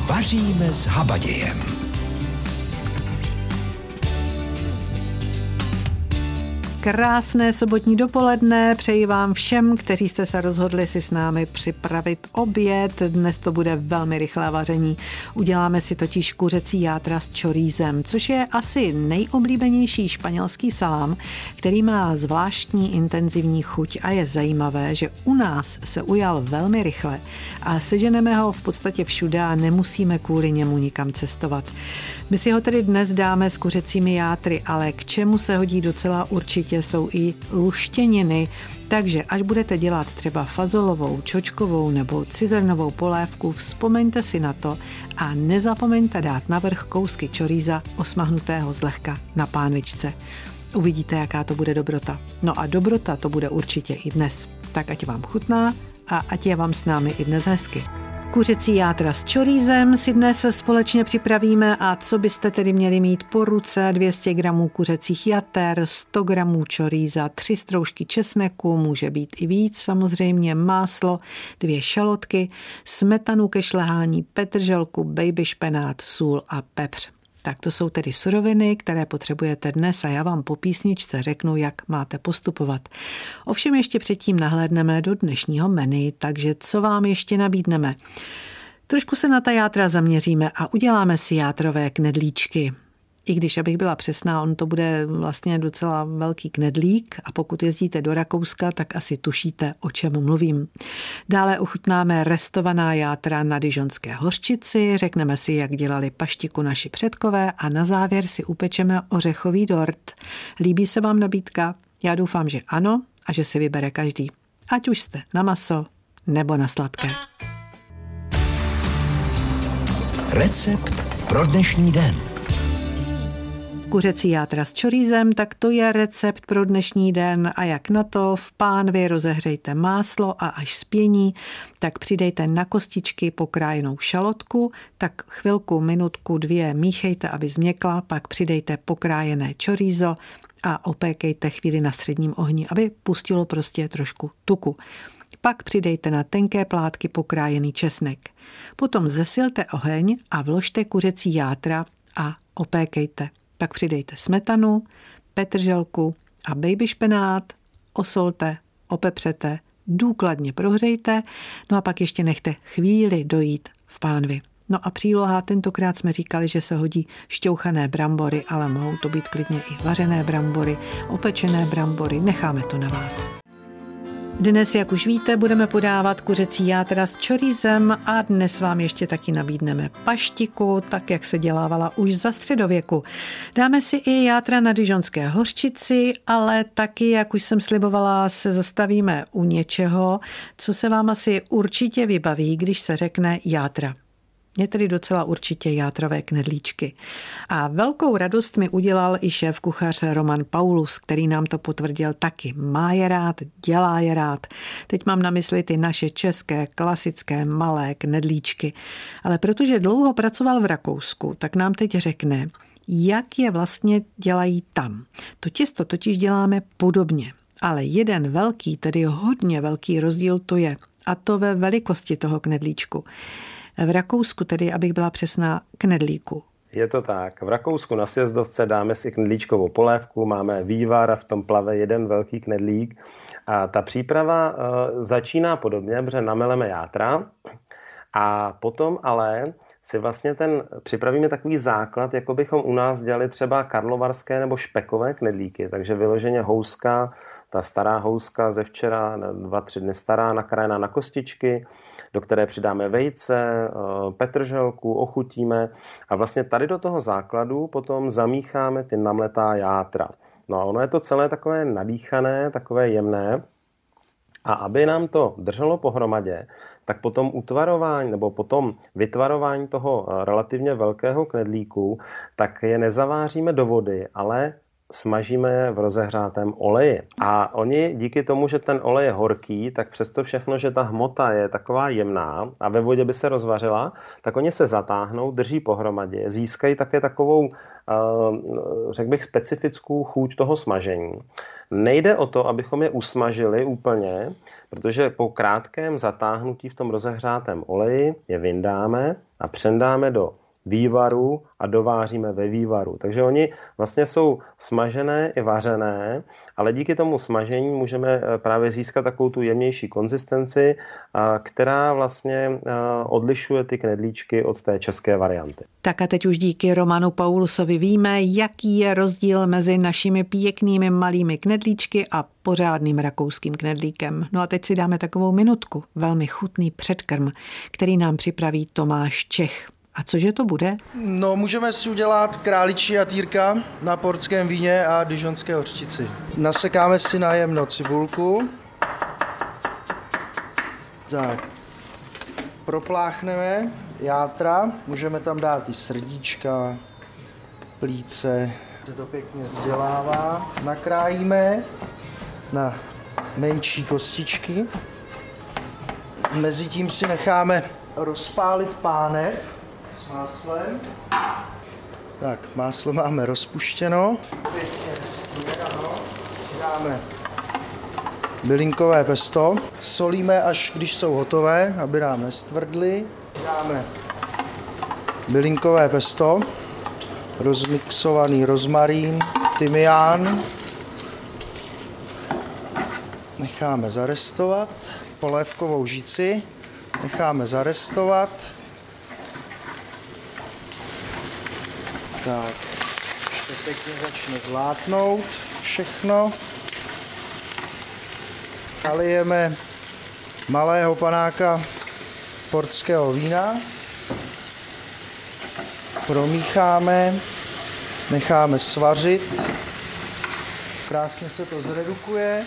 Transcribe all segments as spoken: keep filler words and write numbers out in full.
Vaříme s Habadějem. Krásné sobotní dopoledne přeji vám všem, kteří jste se rozhodli si s námi připravit oběd. Dnes to bude velmi rychlé vaření. Uděláme si totiž kuřecí játra s čorízem, což je asi nejoblíbenější španělský salám, který má zvláštní intenzivní chuť a je zajímavé, že u nás se ujal velmi rychle a seženeme ho v podstatě všude a nemusíme kvůli němu nikam cestovat. My si ho tedy dnes dáme s kuřecími játry, ale k čemu se hodí docela určitě jsou i luštěniny, takže až budete dělat třeba fazolovou, čočkovou nebo cizrnovou polévku, vzpomeňte si na to a nezapomeňte dát navrch kousky čoríza osmahnutého zlehka na pánvičce. Uvidíte, jaká to bude dobrota. No a dobrota to bude určitě i dnes. Tak ať vám chutná a ať je vám s námi i dnes hezky. Kuřecí játra s čorízem si dnes společně připravíme a co byste tedy měli mít po ruce: dvě stě gramů kuřecích jater, sto gramů čoríza, tři stroužky česneku, může být i víc samozřejmě, máslo, dvě šalotky, smetanu ke šlehání, petrželku, baby špenát, sůl a pepř. Tak to jsou tedy suroviny, které potřebujete dnes a já vám po písničce řeknu, jak máte postupovat. Ovšem ještě předtím nahlédneme do dnešního menu, takže co vám ještě nabídneme? Trošku se na ta játra zaměříme a uděláme si játrové knedlíčky. I když, abych byla přesná, on to bude vlastně docela velký knedlík a pokud jezdíte do Rakouska, tak asi tušíte, o čem mluvím. Dále uchutnáme restovaná játra na dižonské hořčici, řekneme si, jak dělali paštiku naši předkové a na závěr si upečeme ořechový dort. Líbí se vám nabídka? Já doufám, že ano a že si vybere každý. Ať už jste na maso nebo na sladké. Recept pro dnešní den. Kuřecí játra s čorízem, tak to je recept pro dnešní den a jak na to: v pánvi rozehřejte máslo a až spění, tak přidejte na kostičky pokrájenou šalotku, tak chvilku, minutku, dvě míchejte, aby změkla, pak přidejte pokrájené čorízo a opékejte chvíli na středním ohni, aby pustilo prostě trošku tuku. Pak přidejte na tenké plátky pokrájený česnek. Potom zesilte oheň a vložte kuřecí játra a opékejte. Pak přidejte smetanu, petrželku a baby špenát, osolte, opepřete, důkladně prohřejte, no a pak ještě nechte chvíli dojít v pánvi. No a příloha, tentokrát jsme říkali, že se hodí šťouchané brambory, ale mohou to být klidně i vařené brambory, opečené brambory, necháme to na vás. Dnes, jak už víte, budeme podávat kuřecí játra s čorízem a dnes vám ještě taky nabídneme paštiku, tak jak se dělávala už za středověku. Dáme si i játra na dižonské hořčici, ale taky, jak už jsem slibovala, se zastavíme u něčeho, co se vám asi určitě vybaví, když se řekne játra. Je tedy docela určitě játrové knedlíčky. A velkou radost mi udělal i šéf kuchař Roman Paulus, který nám to potvrdil taky. Má je rád, dělá je rád. Teď mám na mysli ty naše české, klasické, malé knedlíčky. Ale protože dlouho pracoval v Rakousku, tak nám teď řekne, jak je vlastně dělají tam. To těsto totiž děláme podobně. Ale jeden velký, tedy hodně velký rozdíl to je. A to ve velikosti toho knedlíčku. V Rakousku tedy, abych byla přesná, knedlíku. Je to tak. V Rakousku na sjezdovce dáme si knedlíčkovou polévku, máme vývar a v tom plave jeden velký knedlík. A ta příprava uh, začíná podobně, protože nameleme játra a potom ale si vlastně ten připravíme takový základ, jako bychom u nás dělali třeba karlovarské nebo špekové knedlíky. Takže vyloženě houska, ta stará houska ze včera, dva, tři dny stará, nakrájená na kostičky, do které přidáme vejce, petrželku, ochutíme a vlastně tady do toho základu potom zamícháme ty namletá játra. No a ono je to celé takové nadýchané, takové jemné a aby nám to drželo pohromadě, tak potom utvarování nebo potom vytvarování toho relativně velkého knedlíku, tak je nezaváříme do vody, ale smažíme je v rozehřátém oleji. A oni díky tomu, že ten olej je horký, tak přesto všechno, že ta hmota je taková jemná a ve vodě by se rozvařila, tak oni se zatáhnou, drží pohromadě, získají také takovou, řekl bych, specifickou chuť toho smažení. Nejde o to, abychom je usmažili úplně, protože po krátkém zatáhnutí v tom rozehřátém oleji je vyndáme a přendáme do vývaru a dováříme ve vývaru. Takže oni vlastně jsou smažené i vařené, ale díky tomu smažení můžeme právě získat takovou tu jemnější konzistenci, která vlastně odlišuje ty knedlíčky od té české varianty. Tak a teď už díky Romanu Paulusovi víme, jaký je rozdíl mezi našimi pěknými malými knedlíčky a pořádným rakouským knedlíkem. No a teď si dáme takovou minutku, velmi chutný předkrm, který nám připraví Tomáš Čech. A cože to bude? No, můžeme si udělat králičí jatýrka na portském víně a dižonské hořčici. Nasekáme si na jemno cibulku. Tak, propláchneme játra, můžeme tam dát i srdíčka, plíce, se to pěkně sdělává. Nakrájíme na menší kostičky. Mezitím si necháme rozpálit pánev s máslem. Tak, máslo máme rozpuštěno. Pěkně restuje, ano. Dáme bylinkové pesto. Solíme, až když jsou hotové, aby nám nestvrdly. Dáme bylinkové pesto, rozmixovaný rozmarín, tymián. Necháme zarestovat. Polévkovou žíci necháme zarestovat. Tak, ještě pěkně začne zlátnout všechno. Nalijeme malého panáka portského vína. Promícháme, necháme svařit. Krásně se to zredukuje.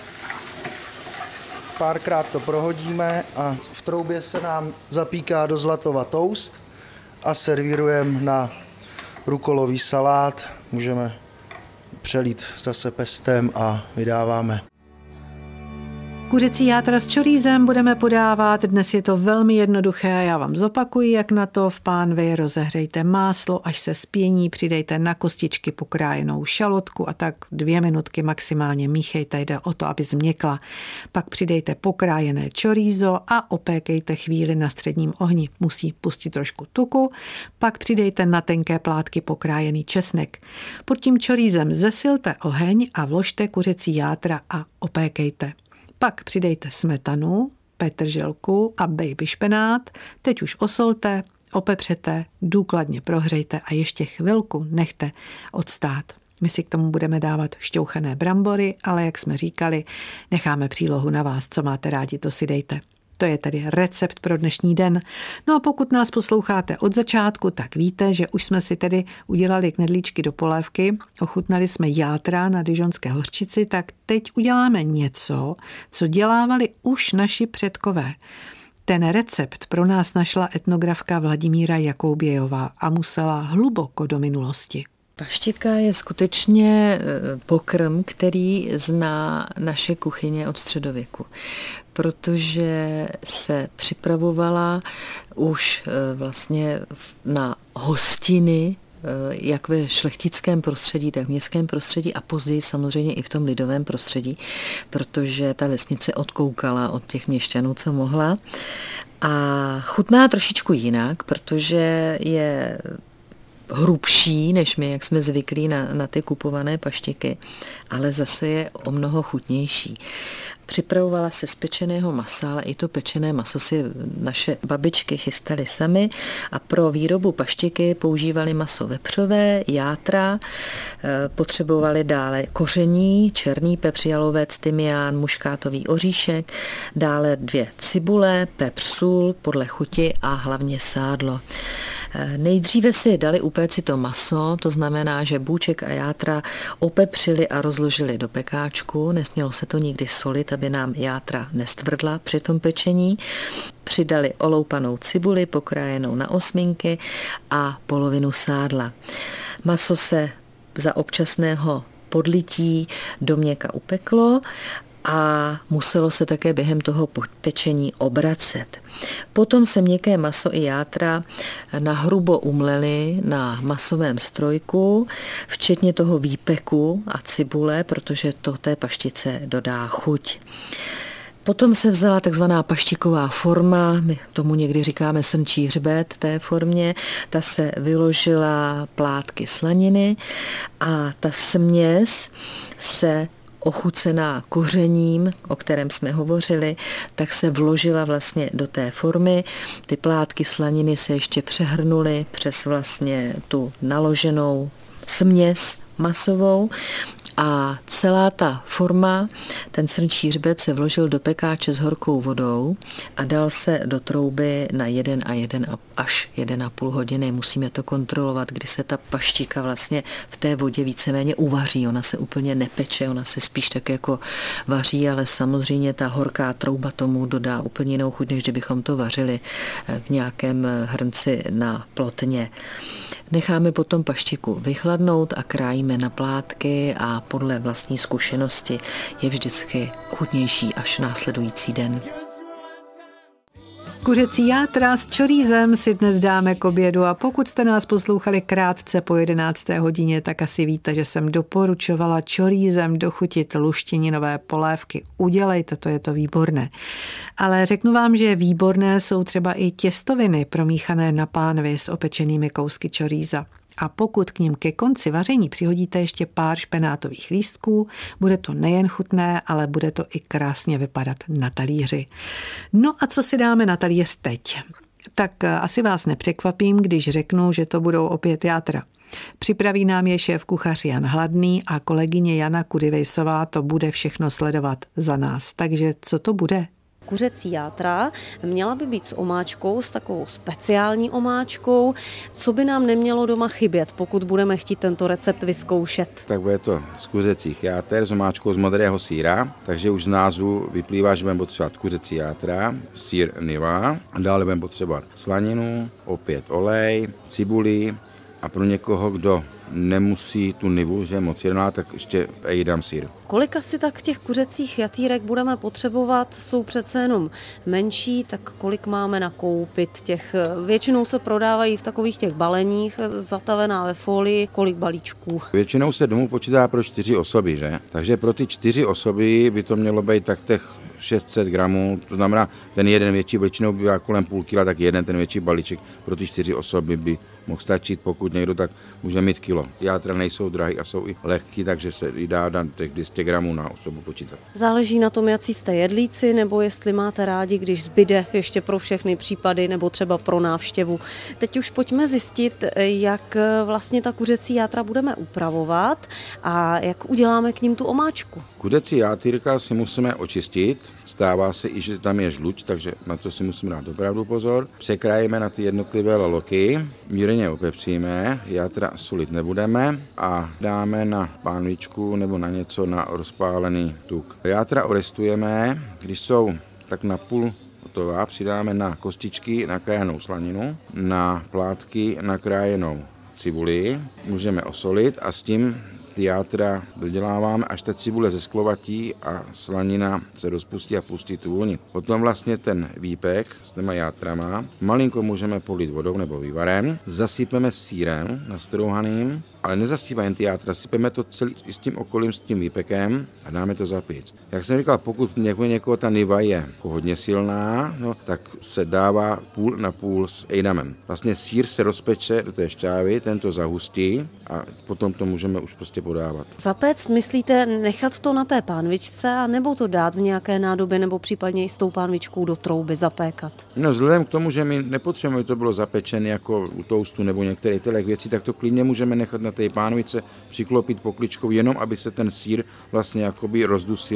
Párkrát to prohodíme a v troubě se nám zapíká do zlatova toast a servírujeme na rukolový salát. Můžeme přelít zase pestem a vydáváme. Kuřecí játra s čorízem budeme podávat. Dnes je to velmi jednoduché. Já vám zopakuji, jak na to. V pánvi rozehřejte máslo, až se spění, přidejte na kostičky pokrájenou šalotku a tak dvě minutky maximálně míchejte. Jde o to, aby změkla. Pak přidejte pokrájené čorízo a opékejte chvíli na středním ohni. Musí pustit trošku tuku. Pak přidejte na tenké plátky pokrájený česnek. Pod tím čorízem zesilte oheň a vložte kuřecí játra a opékejte. Pak přidejte smetanu, petrželku a baby špenát. Teď už osolte, opepřete, důkladně prohřejte a ještě chvilku nechte odstát. My si k tomu budeme dávat šťouchané brambory, ale jak jsme říkali, necháme přílohu na vás. Co máte rádi, to si dejte. To je tedy recept pro dnešní den. No a pokud nás posloucháte od začátku, tak víte, že už jsme si tedy udělali knedlíčky do polévky, ochutnali jsme játra na dižonské hořčici, tak teď uděláme něco, co dělávali už naši předkové. Ten recept pro nás našla etnografka Vladimíra Jakoubějová a musela hluboko do minulosti. Paštika je skutečně pokrm, který zná naše kuchyně od středověku, protože se připravovala už vlastně na hostiny, jak ve šlechtickém prostředí, tak v městském prostředí a později samozřejmě i v tom lidovém prostředí, protože ta vesnice odkoukala od těch měšťanů, co mohla. A chutná trošičku jinak, protože je hrubší, než my, jak jsme zvyklí na, na ty kupované paštiky, ale zase je o mnoho chutnější. Připravovala se z pečeného masa, ale i to pečené maso si naše babičky chystaly sami a pro výrobu paštiky používali maso vepřové, játra, potřebovali dále koření, černý pepř, jalovec, tymián, muškátový oříšek, dále dvě cibule, pepř, sůl podle chuti a hlavně sádlo. Nejdříve si dali upéci to maso, to znamená, že bůček a játra opepřili a rozložili do pekáčku, nesmělo se to nikdy solit, aby nám játra nestvrdla při tom pečení. Přidali oloupanou cibuli, pokrájenou na osminky a polovinu sádla. Maso se za občasného podlití do měka upeklo a muselo se také během toho pečení obracet. Potom se měkké maso i játra nahrubo umleli na masovém strojku, včetně toho výpeku a cibule, protože to té paštice dodá chuť. Potom se vzala takzvaná paštiková forma, my tomu někdy říkáme srnčí hřbet té formě, ta se vyložila plátky slaniny a ta směs se ochucená kořením, o kterém jsme hovořili, tak se vložila vlastně do té formy. Ty plátky slaniny se ještě přehrnuly přes vlastně tu naloženou směs masovou a celá ta forma, ten srnčí hřbet se vložil do pekáče s horkou vodou a dal se do trouby na jeden a jeden až jeden a půl hodiny. Musíme to kontrolovat, kdy se ta paštika vlastně v té vodě víceméně uvaří. Ona se úplně nepeče, ona se spíš tak jako vaří, ale samozřejmě ta horká trouba tomu dodá úplně jinou chuť, než kdybychom to vařili v nějakém hrnci na plotně. Necháme potom paštiku vychladnout a krájíme na plátky a podle vlastní zkušenosti je vždycky chutnější až následující den. Kuřecí játra s čorízem si dnes dáme k obědu a pokud jste nás poslouchali krátce po jedenácté hodině, tak asi víte, že jsem doporučovala čorízem dochutit luštěninové polévky. Udělejte to, je to výborné. Ale řeknu vám, že výborné jsou třeba i těstoviny promíchané na pánvi s opečenými kousky čoríza. A pokud k nim ke konci vaření přihodíte ještě pár špenátových lístků, bude to nejen chutné, ale bude to i krásně vypadat na talíři. No a co si dáme na talíř teď? Tak asi vás nepřekvapím, když řeknu, že to budou opět játra. Připraví nám je šéf kuchař Jan Hladný a kolegyně Jana Kudivejsová to bude všechno sledovat za nás. Takže co to bude? Kuřecí játra měla by být s omáčkou, s takovou speciální omáčkou. Co by nám nemělo doma chybět, pokud budeme chtít tento recept vyzkoušet? Tak bude to z kuřecích játer s omáčkou z modrého sýra, takže už z názvu vyplývá, že budeme potřebovat kuřecí játra, sýr niva, dále budeme potřebovat slaninu, opět olej, cibuli a pro někoho, kdo nemusí tu nivu, že je moc silná, tak ještě ejdam sýr. Kolik asi tak těch kuřecích jatýrek budeme potřebovat? Jsou přece jenom menší, tak kolik máme nakoupit těch? Většinou se prodávají v takových těch baleních, zatavená ve folii. Kolik balíčků? Většinou se domů počítá pro čtyři osoby, že? Takže pro ty čtyři osoby by to mělo být tak těch šest set gramů, to znamená, ten jeden větší, většinou bývá kolem půl kila, tak jeden ten větší balíček pro ty čtyři osoby by mohl stačit, pokud někdo tak může mít kilo. Játra nejsou drahý a jsou i lehký, takže se i dá dát těch dvě stě gramů na osobu počítat. Záleží na tom, jaký jste jedlíci, nebo jestli máte rádi, když zbyde ještě pro všechny případy, nebo třeba pro návštěvu. Teď už pojďme zjistit, jak vlastně ta kuřecí játra budeme upravovat a jak uděláme k ním tu omáčku. Kuřecí játýrka si musíme očistit, stává se i, že tam je žluč, takže na to si musíme dát opravdu pozor. Překrájíme na ty jednotlivé laloky, mírně opepříme, játra solit nebudeme a dáme na pánvičku nebo na něco na rozpálený tuk. Játra orestujeme, když jsou tak na půl hotová, přidáme na kostičky nakrájenou slaninu, na plátky nakrájenou cibuli, můžeme osolit a s tím ty játra doděláváme, až ta cibule zesklovatí a slanina se rozpustí a pustí tu vůni. Potom vlastně ten výpek s těma játrama malinko můžeme polít vodou nebo vývarem, zasypeme sýrem nastrouhaným, ale nezasypáme ty játra, sypeme to celý s tím okolím, s tím výpekem a dáme to zapéct. Jak jsem říkal, pokud někoho, někoho ta niva je jako hodně silná, no, tak se dává půl na půl s ejdamem. Vlastně sýr se rozpeče do té šťávy, ten to zahustí a potom to můžeme už prostě podávat. Zapéct, myslíte nechat to na té pánvičce a nebo to dát v nějaké nádobě nebo případně i s tou pánvičkou do trouby zapékat? No vzhledem k tomu, že my nepotřebujeme, aby to bylo zapečené jako u toustu nebo některých těch věcí, tak to klidně můžeme nechat na té pánvice, přiklopit pokličkou, jenom aby se ten sýr vlastně jakoby rozdusil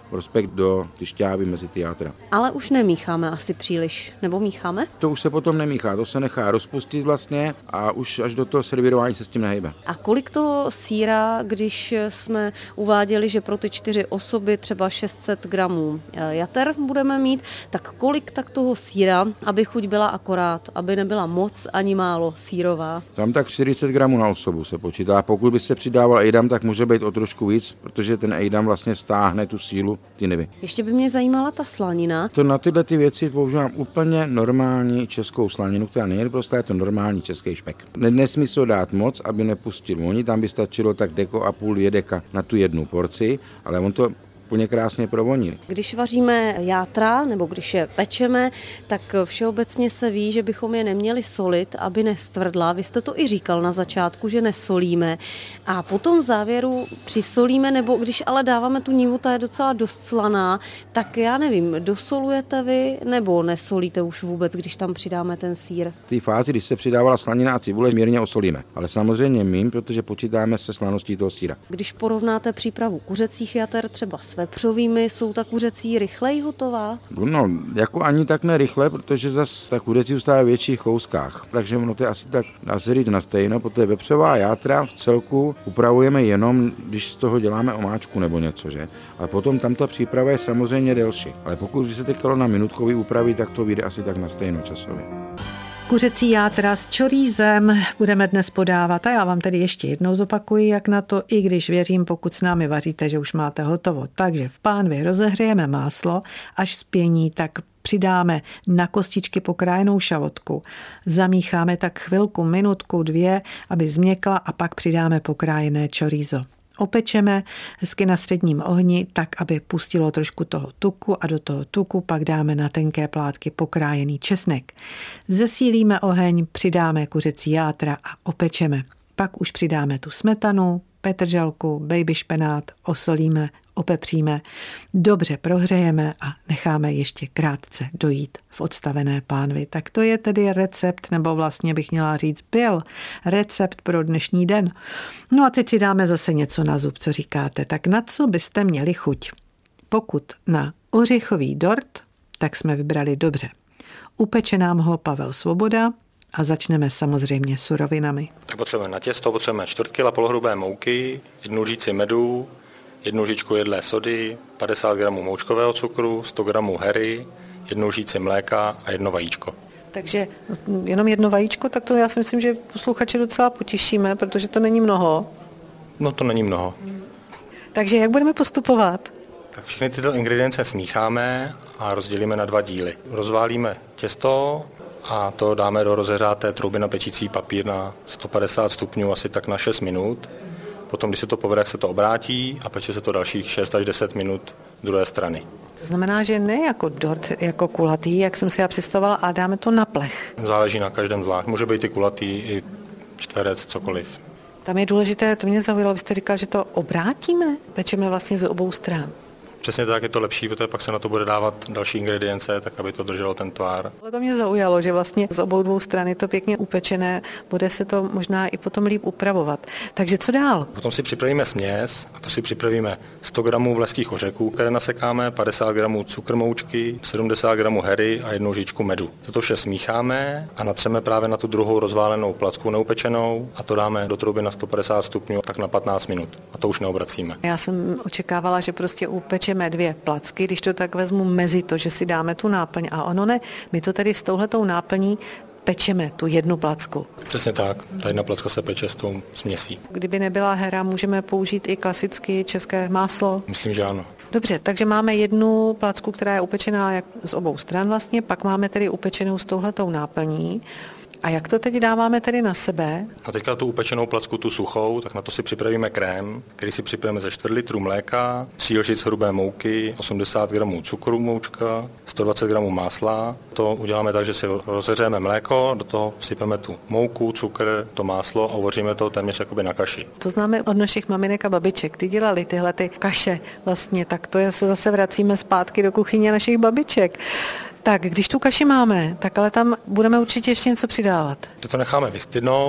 prospekt do ty šťávy mezi ty játra. Ale už nemícháme asi příliš, nebo mícháme? To už se potom nemíchá, to se nechá rozpustit vlastně a už až do toho servírování se s tím nehejbe. A kolik to sýra, když jsme uváděli, že pro ty čtyři osoby třeba šest set gramů jater budeme mít, tak kolik tak toho sýra, aby chuť byla akorát, aby nebyla moc ani málo sýrová? Tam tak čtyřicet gramů na osobu se počítá. Pokud by se přidával ejdam, tak může být o trošku víc, protože ten ejdam vlastně stáhne tu sílu ty neby. Ještě by mě zajímala ta slanina. To na tyhle ty věci používám úplně normální českou slaninu, která není prostá, je to normální český špek. Nesmí se dát moc, aby nepustil voní, tam by stačilo tak deko a půl, dvě deka na tu jednu porci, ale on to úplně krásně provoní. Když vaříme játra nebo když je pečeme, tak všeobecně se ví, že bychom je neměli solit, aby nestvrdla. Vy jste to i říkal na začátku, že nesolíme. A potom v závěru přisolíme, nebo když ale dáváme tu nívu, ta je docela dost slaná, tak já nevím, dosolujete vy nebo nesolíte už vůbec, když tam přidáme ten sýr? V té fázi, když se přidávala slanina a cibule, mírně osolíme. Ale samozřejmě mím, protože počítáme se slaností toho sýra. Když porovnáte přípravu kuřecích jater třeba s vepřovými, jsou ta kuřecí rychleji hotová? No, jako ani tak ne rychle, protože zase ta kuřecí zůstává v větších kouskách. Takže ono to je asi tak, dá se říct na stejno, protože vepřová játra v celku upravujeme jenom, když z toho děláme omáčku nebo něco, že? Ale potom tam ta příprava je samozřejmě delší. Ale pokud by se teďkalo na minutkový úpravy, tak to vyjde asi tak na stejno časově. Kuřecí játra s čorízem budeme dnes podávat a já vám tedy ještě jednou zopakuji, jak na to, i když věřím, pokud s námi vaříte, že už máte hotovo. Takže v pánvi rozehřejeme máslo, až spění, tak přidáme na kostičky pokrájenou šalotku. Zamícháme tak chvilku, minutku, dvě, aby změkla a pak přidáme pokrájené čorizo. Opečeme hezky na středním ohni, tak, aby pustilo trošku toho tuku a do toho tuku pak dáme na tenké plátky pokrájený česnek. Zesílíme oheň, přidáme kuřecí játra a opečeme. Pak už přidáme tu smetanu, petrželku, baby špenát, osolíme, opepříme, dobře prohřejeme a necháme ještě krátce dojít v odstavené pánvi. Tak to je tedy recept, nebo vlastně bych měla říct, byl recept pro dnešní den. No a teď si dáme zase něco na zub, co říkáte. Tak na co byste měli chuť? Pokud na ořechový dort, tak jsme vybrali dobře. Upeče nám ho Pavel Svoboda a začneme samozřejmě surovinami. Tak potřebujeme na těsto, potřebujeme čtvrt kila polohrubé mouky, jednu lžíci medu, jednu lžičku jedlé sody, padesát gramů moučkového cukru, sto gramů hery, jednu lžíci mléka a jedno vajíčko. Takže jenom jedno vajíčko, tak to já si myslím, že posluchače docela potěšíme, protože to není mnoho. No to není mnoho. Takže jak budeme postupovat? Tak všechny tyto ingredience smícháme a rozdělíme na dva díly. Rozválíme těsto a to dáme do rozehřáté trouby na pečící papír na sto padesát stupňů asi tak na šest minut. Potom, když se to povede, se to obrátí a peče se to dalších šest až deset minut druhé strany. To znamená, že ne jako dort, jako kulatý, jak jsem si já představovala, a dáme to na plech. Záleží na každém zvlášť. Může být i kulatý, i čtverec, cokoliv. Tam je důležité, to mě zaujalo, vy jste říkal, že to obrátíme, pečeme vlastně z obou stran. Přesně tak, je to lepší, protože pak se na to bude dávat další ingredience, tak aby to drželo ten tvar. Ale to mě zaujalo, že vlastně z obou dvou stran je to pěkně upečené, bude se to možná i potom líp upravovat. Takže co dál? Potom si připravíme směs a to si připravíme sto gramů vleských ořechů, které nasekáme, padesát gramů cukr moučky, sedmdesát gramů hery a jednu lžičku medu. Toto vše smícháme a natřeme právě na tu druhou rozválenou placku neupečenou a to dáme do trouby na sto padesát stupňů tak na patnáct minut a to už neobracíme. Já jsem očekávala, že prostě upečeme dvě placky, když to tak vezmu mezi to, že si dáme tu náplň a ono ne, my to tady s touhletou náplní pečeme tu jednu placku. Přesně tak, ta jedna placka se peče s tou směsí. Kdyby nebyla hera, můžeme použít i klasicky české máslo? Myslím, že ano. Dobře, takže máme jednu placku, která je upečená jak z obou stran vlastně, pak máme tedy upečenou s touhletou náplní. A jak to teď dáváme tedy na sebe? A teďka tu upečenou placku, tu suchou, tak na to si připravíme krém, který si připravíme ze čtvrt litru mléka, tří lžic hrubé mouky, osmdesát gramů cukru moučka, sto dvacet gramů másla. To uděláme tak, že si rozehřejeme mléko, do toho vsypeme tu mouku, cukr, to máslo a uvaříme to téměř jakoby na kaši. To známe od našich maminek a babiček. Ty dělali tyhle ty kaše vlastně, tak to je, se zase vracíme zpátky do kuchyně našich babiček. Tak, když tu kaši máme, tak ale tam budeme určitě ještě něco přidávat. To necháme vystydnout,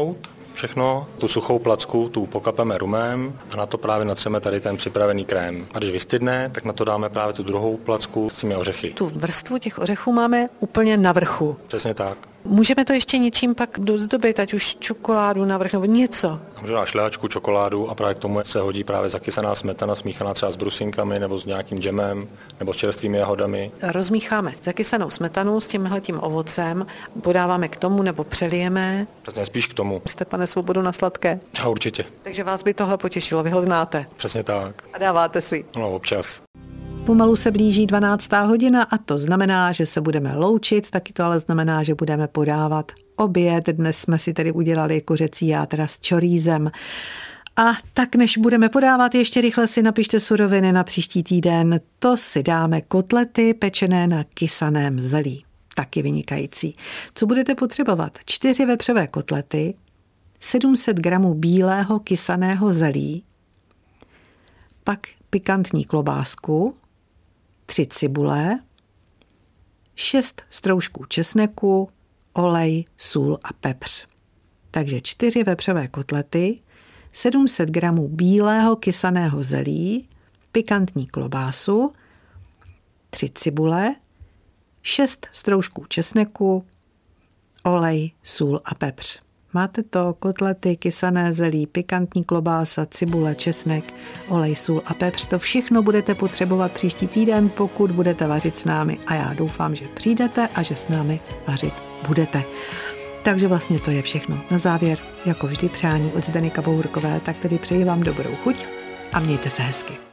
všechno. Tu suchou placku tu pokapeme rumem a na to právě natřeme tady ten připravený krém. A když vystydne, tak na to dáme právě tu druhou placku s těmi ořechy. Tu vrstvu těch ořechů máme úplně na vrchu. Přesně tak. Můžeme to ještě něčím pak dozdobit, ať už čokoládu navrch nebo něco. Možná šlehačku, čokoládu a právě k tomu se hodí právě zakysaná smetana smíchaná třeba s brusinkami nebo s nějakým džemem nebo s čerstvými jahodami. Rozmícháme zakysanou smetanu s tímhletím ovocem, podáváme k tomu nebo přelijeme. Přesně, spíš k tomu. Jste, pane Svobodu, na sladké? A určitě. Takže vás by tohle potěšilo, vy ho znáte. Přesně tak. A dáváte si. No, občas. Pomalu se blíží dvanáctá hodina a to znamená, že se budeme loučit, taky to ale znamená, že budeme podávat oběd. Dnes jsme si tedy udělali kuřecí játra s čorízem. A tak než budeme podávat, ještě rychle si napište suroviny na příští týden. To si dáme kotlety pečené na kysaném zelí. Taky vynikající. Co budete potřebovat? Čtyři vepřové kotlety, sedm set gramů bílého kysaného zelí, pak pikantní klobásku, tři cibule, šest stroužků česneku, olej, sůl a pepř. Takže čtyři vepřové kotlety, sedm set gramů bílého kysaného zelí, pikantní klobásu, tři cibule, šest stroužků česneku, olej, sůl a pepř. Máte to, kotlety, kysané zelí, pikantní klobása, cibule, česnek, olej, sůl a pepř. To všechno budete potřebovat příští týden, pokud budete vařit s námi. A já doufám, že přijdete a že s námi vařit budete. Takže vlastně to je všechno. Na závěr, jako vždy, přání od Zdeny Kabourkové, tak tedy přeji vám dobrou chuť a mějte se hezky.